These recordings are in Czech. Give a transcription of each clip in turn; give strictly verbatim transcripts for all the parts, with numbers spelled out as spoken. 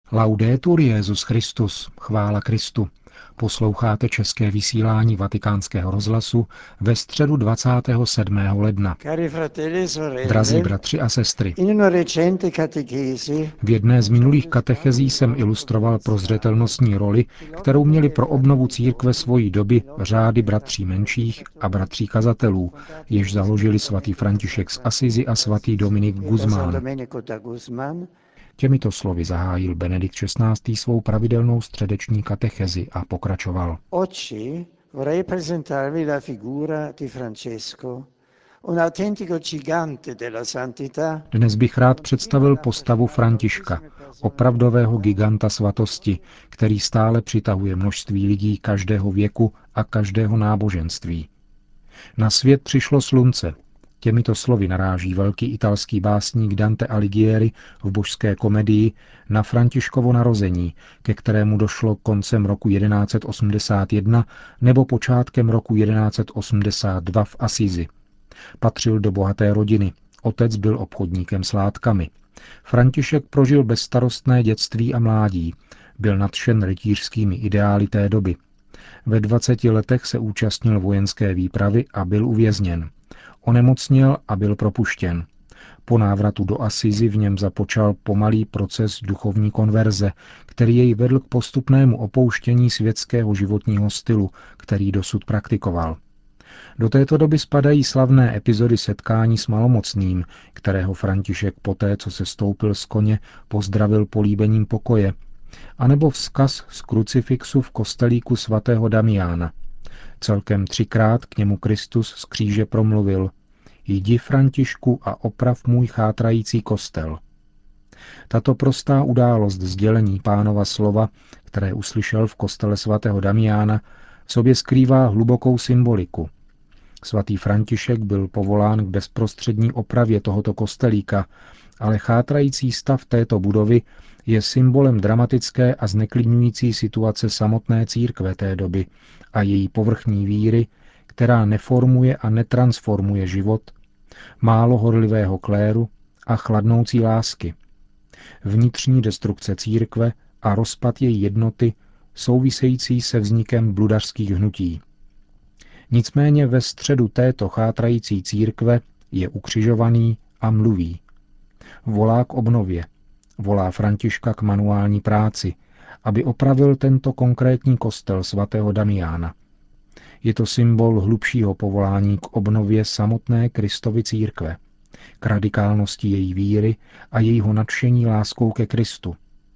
Laudetur Jesus Christus, chvála Kristu. Posloucháte české vysílání Vatikánského rozhlasu ve středu dvacátého sedmého ledna. Drazí bratři a sestry, v jedné z minulých katechezí jsem ilustroval prozřetelnostní roli, kterou měli pro obnovu církve svojí doby řády bratří menších a bratří kazatelů, jež založili svatý František z Assisi a svatý Dominik Guzmán. Těmito slovy zahájil Benedikt šestnáctý. svou pravidelnou středeční katechezi a pokračoval. Dnes bych rád představil postavu Františka, opravdového giganta svatosti, který stále přitahuje množství lidí každého věku a každého náboženství. Na svět přišlo slunce. Těmito slovy naráží velký italský básník Dante Alighieri v Božské komedii na Františkovo narození, ke kterému došlo koncem roku jedenáct set osmdesát jedna nebo počátkem roku jedenáct set osmdesát dva v Assisi. Patřil do bohaté rodiny, otec byl obchodníkem s látkami. František prožil bezstarostné dětství a mládí, byl nadšen rytířskými ideály té doby. Ve dvaceti letech se účastnil vojenské výpravy a byl uvězněn. Onemocněl a byl propuštěn. Po návratu do Assisi v něm započal pomalý proces duchovní konverze, který jej vedl k postupnému opouštění světského životního stylu, který dosud praktikoval. Do této doby spadají slavné epizody setkání s malomocným, kterého František poté, co se stoupil z koně, pozdravil políbením pokoje, anebo vzkaz z krucifixu v kostelíku svatého Damiána. Celkem třikrát k němu Kristus z kříže promluvil: Jdi, Františku, a oprav můj chátrající kostel. Tato prostá událost sdělení Pánova slova, které uslyšel v kostele svatého Damiána, v sobě skrývá hlubokou symboliku. Svatý František byl povolán k bezprostřední opravě tohoto kostelíka, ale chátrající stav této budovy je symbolem dramatické a zneklidňující situace samotné církve té doby a její povrchní víry, která neformuje a netransformuje život, málo horlivého kléru a chladnoucí lásky. Vnitřní destrukce církve a rozpad její jednoty související se vznikem bludařských hnutí. Nicméně ve středu této chátrající církve je ukřižovaný a mluví. Volá k obnově, volá Františka k manuální práci, aby opravil tento konkrétní kostel svatého Damiána. Je to symbol hlubšího povolání k obnově samotné Kristovy církve, k radikálnosti její víry a jejího nadšení láskou ke Kristu.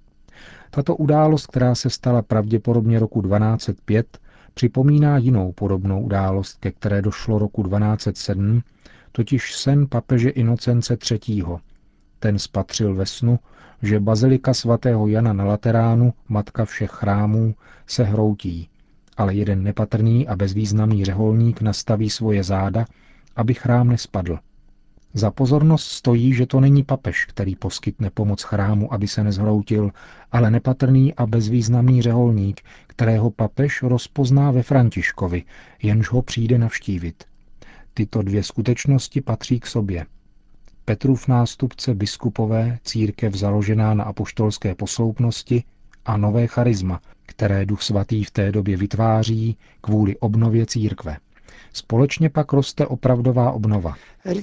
Tato událost, která se stala pravděpodobně roku dvanáct set pět, připomíná jinou podobnou událost, ke které došlo roku dvanáct set sedm, totiž sen papeže Inocence třetího. Ten spatřil ve snu, že bazilika svatého Jana na Lateránu, matka všech chrámů, se hroutí, ale jeden nepatrný a bezvýznamný řeholník nastaví svoje záda, aby chrám nespadl. Za pozornost stojí, že to není papež, který poskytne pomoc chrámu, aby se nezhroutil, ale nepatrný a bezvýznamný řeholník, kterého papež rozpozná ve Františkovi, jenž ho přijde navštívit. Tyto dvě skutečnosti patří k sobě. Petrův nástupce biskupové, církev založená na apoštolské posloupnosti a nové charisma, které Duch Svatý v té době vytváří kvůli obnově církve. Společně pak roste opravdová obnova.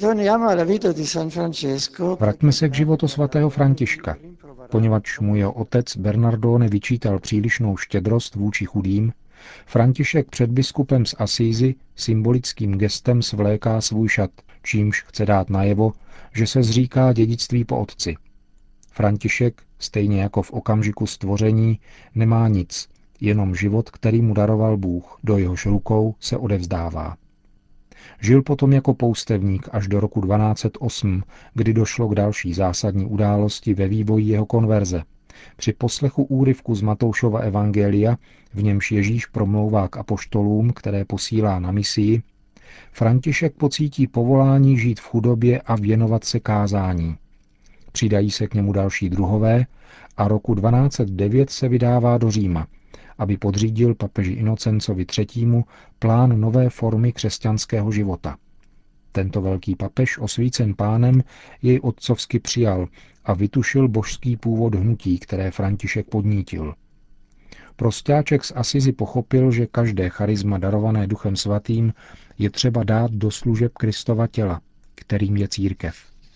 Vraťme se k životu svatého Františka. Poněvadž mu jeho otec Bernardone vyčítal přílišnou štědrost vůči chudým, František před biskupem z Assisi symbolickým gestem svléká svůj šat, čímž chce dát najevo, že se zříká dědictví po otci. František, stejně jako v okamžiku stvoření, nemá nic, jenom život, který mu daroval Bůh, do jehož rukou se odevzdává. Žil potom jako poustevník až do roku dvanáct set osm, kdy došlo k další zásadní události ve vývoji jeho konverze. Při poslechu úryvku z Matoušova evangelia, v němž Ježíš promlouvá k apoštolům, které posílá na misii, František pocítí povolání žít v chudobě a věnovat se kázání. Přidají se k němu další druhové a roku dvanáct set devět se vydává do Říma, aby podřídil papeži Inocencovi třetímu plán nové formy křesťanského života. Tento velký papež, osvícen Pánem, jej otcovsky přijal a vytušil božský původ hnutí, které František podnítil. Prostáček z Asizi pochopil, že každé charisma darované Duchem Svatým je třeba dát do služeb Kristova těla, kterým je církev.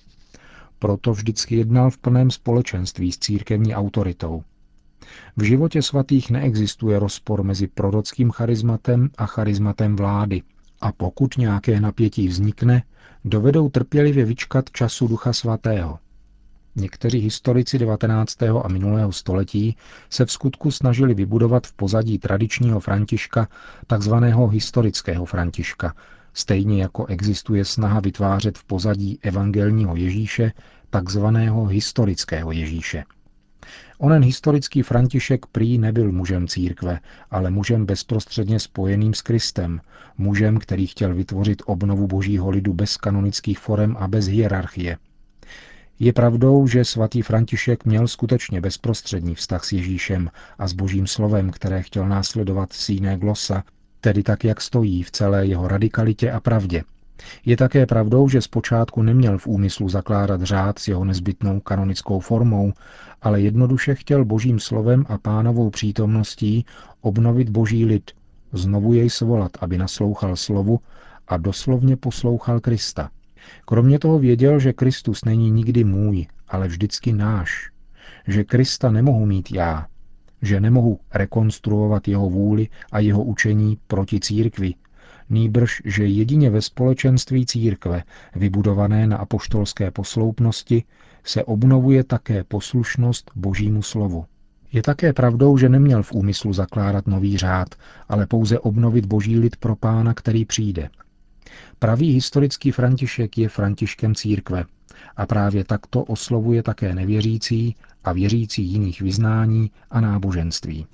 Proto vždycky jednal v plném společenství s církevní autoritou. V životě svatých neexistuje rozpor mezi prorockým charizmatem a charizmatem vlády, a pokud nějaké napětí vznikne, dovedou trpělivě vyčkat času Ducha Svatého. Někteří historici devatenáctého a minulého století se vskutku snažili vybudovat v pozadí tradičního Františka takzvaného historického Františka, stejně jako existuje snaha vytvářet v pozadí evangelního Ježíše takzvaného historického Ježíše. Onen historický František prý nebyl mužem církve, ale mužem bezprostředně spojeným s Kristem, mužem, který chtěl vytvořit obnovu božího lidu bez kanonických forem a bez hierarchie. Je pravdou, že svatý František měl skutečně bezprostřední vztah s Ježíšem a s božím slovem, které chtěl následovat sine glossa, tedy tak, jak stojí v celé jeho radikalitě a pravdě. Je také pravdou, že zpočátku neměl v úmyslu zakládat řád s jeho nezbytnou kanonickou formou, ale jednoduše chtěl božím slovem a Pánovou přítomností obnovit boží lid, znovu jej svolat, aby naslouchal slovu a doslovně poslouchal Krista. Kromě toho věděl, že Kristus není nikdy můj, ale vždycky náš, že Krista nemohu mít já, že nemohu rekonstruovat jeho vůli a jeho učení proti církvi, nýbrž, že jedině ve společenství církve, vybudované na apoštolské posloupnosti, se obnovuje také poslušnost božímu slovu. Je také pravdou, že neměl v úmyslu zakládat nový řád, ale pouze obnovit boží lid pro Pána, který přijde. Pravý historický František je Františkem církve a právě takto oslovuje také nevěřící a věřící jiných vyznání a náboženství.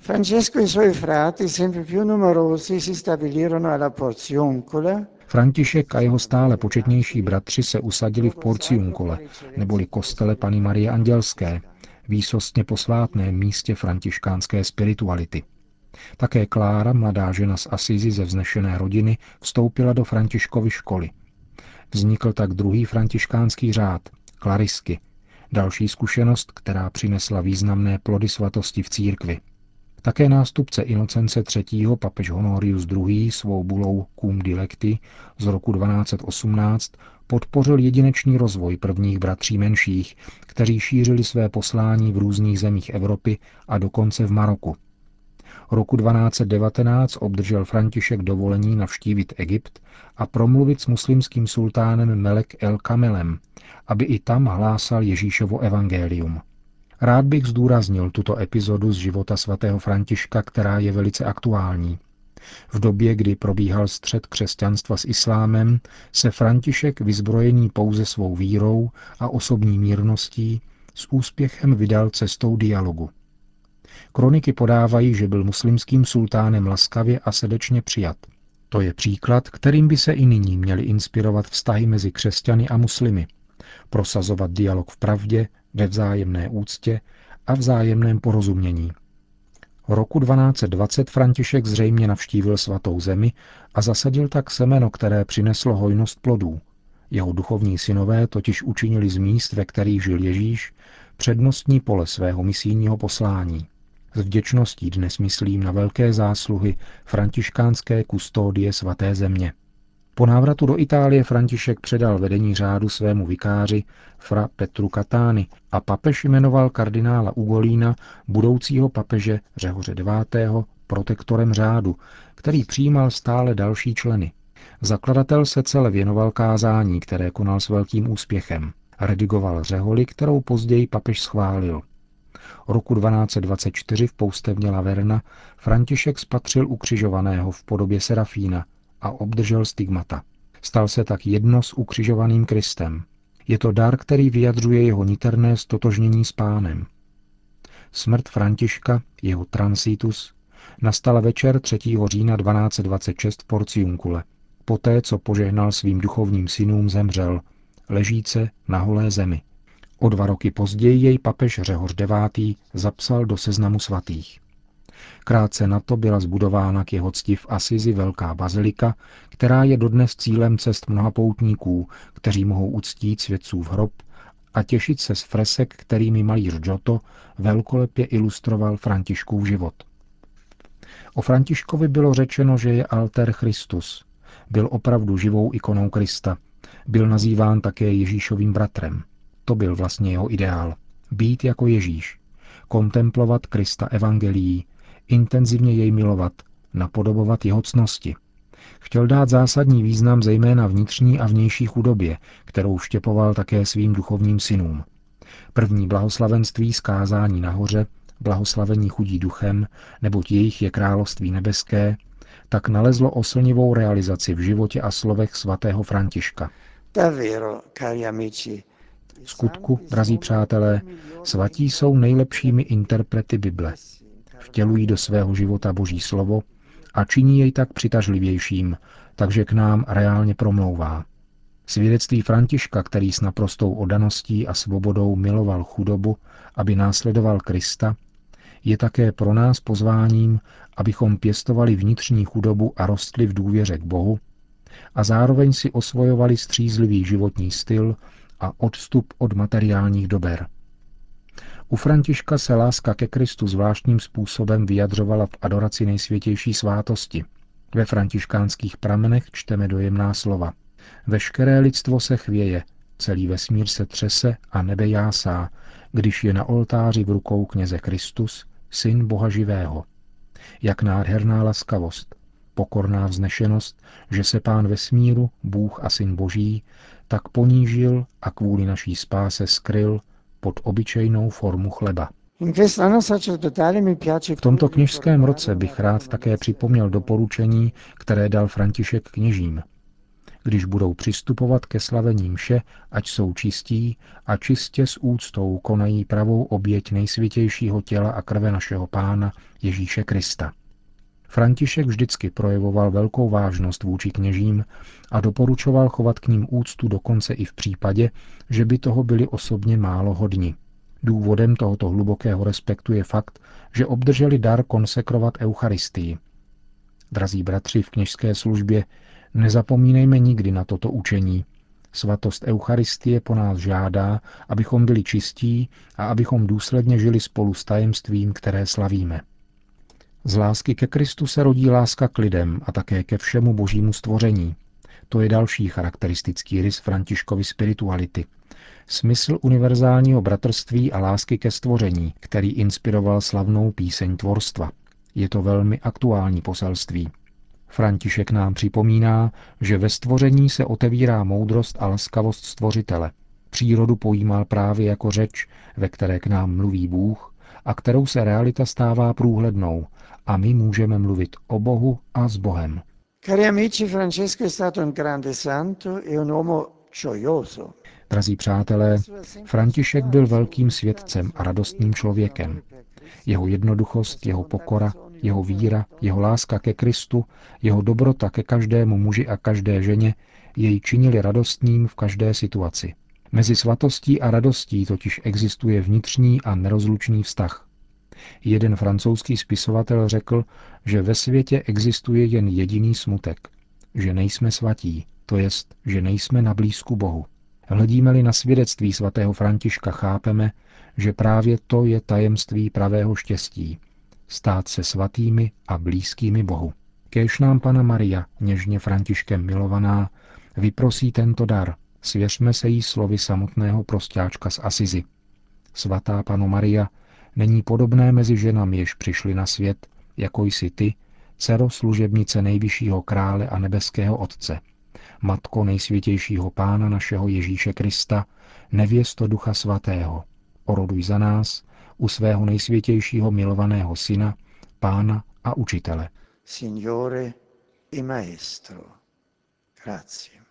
František a jeho stále početnější bratři se usadili v Porciuncole, neboli kostele Panny Marie Andělské, výsostně posvátném místě františkánské spirituality. Také Klára, mladá žena z Asizi ze vznešené rodiny, vstoupila do Františkovy školy. Vznikl tak druhý františkánský řád, klarisky, další zkušenost, která přinesla významné plody svatosti v církvi. Také nástupce Inocence třetího. papež Honorius druhý. svou bulou Cum Dilecti z roku dvanáct set osmnáct podpořil jedinečný rozvoj prvních bratří menších, kteří šířili své poslání v různých zemích Evropy a dokonce v Maroku. Roku dvanáct set devatenáct obdržel František dovolení navštívit Egypt a promluvit s muslimským sultánem Melek el Kamelem, aby i tam hlásal Ježíšovo evangelium. Rád bych zdůraznil tuto epizodu z života svatého Františka, která je velice aktuální. V době, kdy probíhal střet křesťanstva s islámem, se František, vyzbrojený pouze svou vírou a osobní mírností, s úspěchem vydal cestou dialogu. Kroniky podávají, že byl muslimským sultánem laskavě a srdečně přijat. To je příklad, kterým by se i nyní měly inspirovat vztahy mezi křesťany a muslimy, prosazovat dialog v pravdě, ve vzájemné úctě a vzájemném porozumění. V roku dvanáct set dvacet František zřejmě navštívil svatou zemi a zasadil tak semeno, které přineslo hojnost plodů. Jeho duchovní synové totiž učinili z míst, ve kterých žil Ježíš, přednostní pole svého misijního poslání. S vděčností dnes myslím na velké zásluhy františkánské kustodie svaté země. Po návratu do Itálie František předal vedení řádu svému vikáři fra Petru Cattani a papež jmenoval kardinála Ugolína, budoucího papeže Řehoře devátého. protektorem řádu, který přijímal stále další členy. Zakladatel se celé věnoval kázání, které konal s velkým úspěchem. Redigoval řeholi, kterou později papež schválil. Roku dvanáct set dvacet čtyři v poustevně Laverna František spatřil ukřižovaného v podobě Serafína a obdržel stigmata. Stal se tak jedno s ukřižovaným Kristem. Je to dar, který vyjadřuje jeho niterné stotožnění s Pánem. Smrt Františka, jeho transitus, nastala večer třetího října dvanáct set dvacet šest v Porciuncule. Poté, co požehnal svým duchovním synům, zemřel, ležíce na holé zemi. O dva roky později jej papež Řehoř devátý. zapsal do seznamu svatých. Krátce na to byla zbudována k jeho cti v Asizi velká bazilika, která je dodnes cílem cest mnoha poutníků, kteří mohou uctít svědcův hrob a těšit se z fresek, kterými malíř Giotto velkolepě ilustroval Františkův život. O Františkovi bylo řečeno, že je alter Christus. Byl opravdu živou ikonou Krista. Byl nazýván také Ježíšovým bratrem. To byl vlastně jeho ideál. Být jako Ježíš. Kontemplovat Krista evangelií, intenzivně jej milovat, napodobovat jeho ctnosti. Chtěl dát zásadní význam zejména vnitřní a vnější chudobě, kterou vštěpoval také svým duchovním synům. První blahoslavenství zkázání nahoře, blahoslavení chudí duchem, neboť jejich je království nebeské, tak nalezlo oslnivou realizaci v životě a slovech svatého Františka. V skutku, drazí přátelé, svatí jsou nejlepšími interprety Bible. Vtělují do svého života Boží slovo a činí jej tak přitažlivějším, takže k nám reálně promlouvá. Svědectví Františka, který s naprostou oddaností a svobodou miloval chudobu, aby následoval Krista, je také pro nás pozváním, abychom pěstovali vnitřní chudobu a rostli v důvěře k Bohu a zároveň si osvojovali střízlivý životní styl a odstup od materiálních dober. U Františka se láska ke Kristu zvláštním způsobem vyjadřovala v adoraci nejsvětější svátosti. Ve františkánských pramenech čteme dojemná slova. Veškeré lidstvo se chvěje, celý vesmír se třese a nebe jásá, když je na oltáři v rukou kněze Kristus, syn Boha živého. Jak nádherná laskavost, pokorná vznešenost, že se Pán vesmíru, Bůh a Syn Boží, tak ponížil a kvůli naší spáse skryl pod obyčejnou formu chleba. V tomto kněžském roce bych rád také připomněl doporučení, které dal František kněžím. Když budou přistupovat ke slavení mše, ať jsou čistí a čistě s úctou konají pravou oběť nejsvětějšího těla a krve našeho Pána Ježíše Krista. František vždycky projevoval velkou vážnost vůči kněžím a doporučoval chovat k nim úctu dokonce i v případě, že by toho byli osobně málo hodni. Důvodem tohoto hlubokého respektu je fakt, že obdrželi dar konsekrovat Eucharistii. Drazí bratři v kněžské službě, nezapomínejme nikdy na toto učení. Svatost Eucharistie po nás žádá, abychom byli čistí a abychom důsledně žili spolu s tajemstvím, které slavíme. Z lásky ke Kristu se rodí láska k lidem a také ke všemu božímu stvoření. To je další charakteristický rys Františkovy spirituality. Smysl univerzálního bratrství a lásky ke stvoření, který inspiroval slavnou píseň tvorstva. Je to velmi aktuální poselství. František nám připomíná, že ve stvoření se otevírá moudrost a laskavost stvořitele. Přírodu pojímal právě jako řeč, ve které k nám mluví Bůh a kterou se realita stává průhlednou a my můžeme mluvit o Bohu a s Bohem. Cari amici, Francesco è stato un grande santo e un uomo gioioso. Drazí přátelé, František byl velkým svědcem a radostným člověkem. Jeho jednoduchost, jeho pokora, jeho víra, jeho láska ke Kristu, jeho dobrota ke každému muži a každé ženě jej činili radostným v každé situaci. Mezi svatostí a radostí totiž existuje vnitřní a nerozlučný vztah. Jeden francouzský spisovatel řekl, že ve světě existuje jen jediný smutek, že nejsme svatí, to jest, že nejsme na blízku Bohu. Hledíme-li na svědectví svatého Františka, chápeme, že právě to je tajemství pravého štěstí, stát se svatými a blízkými Bohu. Kéž nám Panna Maria, něžně Františkem milovaná, vyprosí tento dar, svěřme se jí slovy samotného prosťáčka z Asizi. Svatá Panno Maria, není podobné mezi ženami, jež přišly na svět, jako jsi ty, dcero služebnice nejvyššího krále a nebeského Otce, matko nejsvětějšího Pána našeho Ježíše Krista, nevěsto Ducha Svatého, oroduj za nás u svého nejsvětějšího milovaného Syna, Pána a Učitele. Signore e Maestro. Grazie.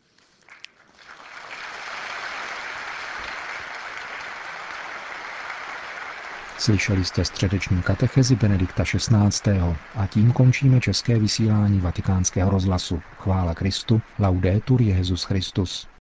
Slyšeli jste středeční katechezi Benedikta šestnáctého. a tím končíme české vysílání Vatikánského rozhlasu. Chvála Kristu, laudetur Jesus Christus.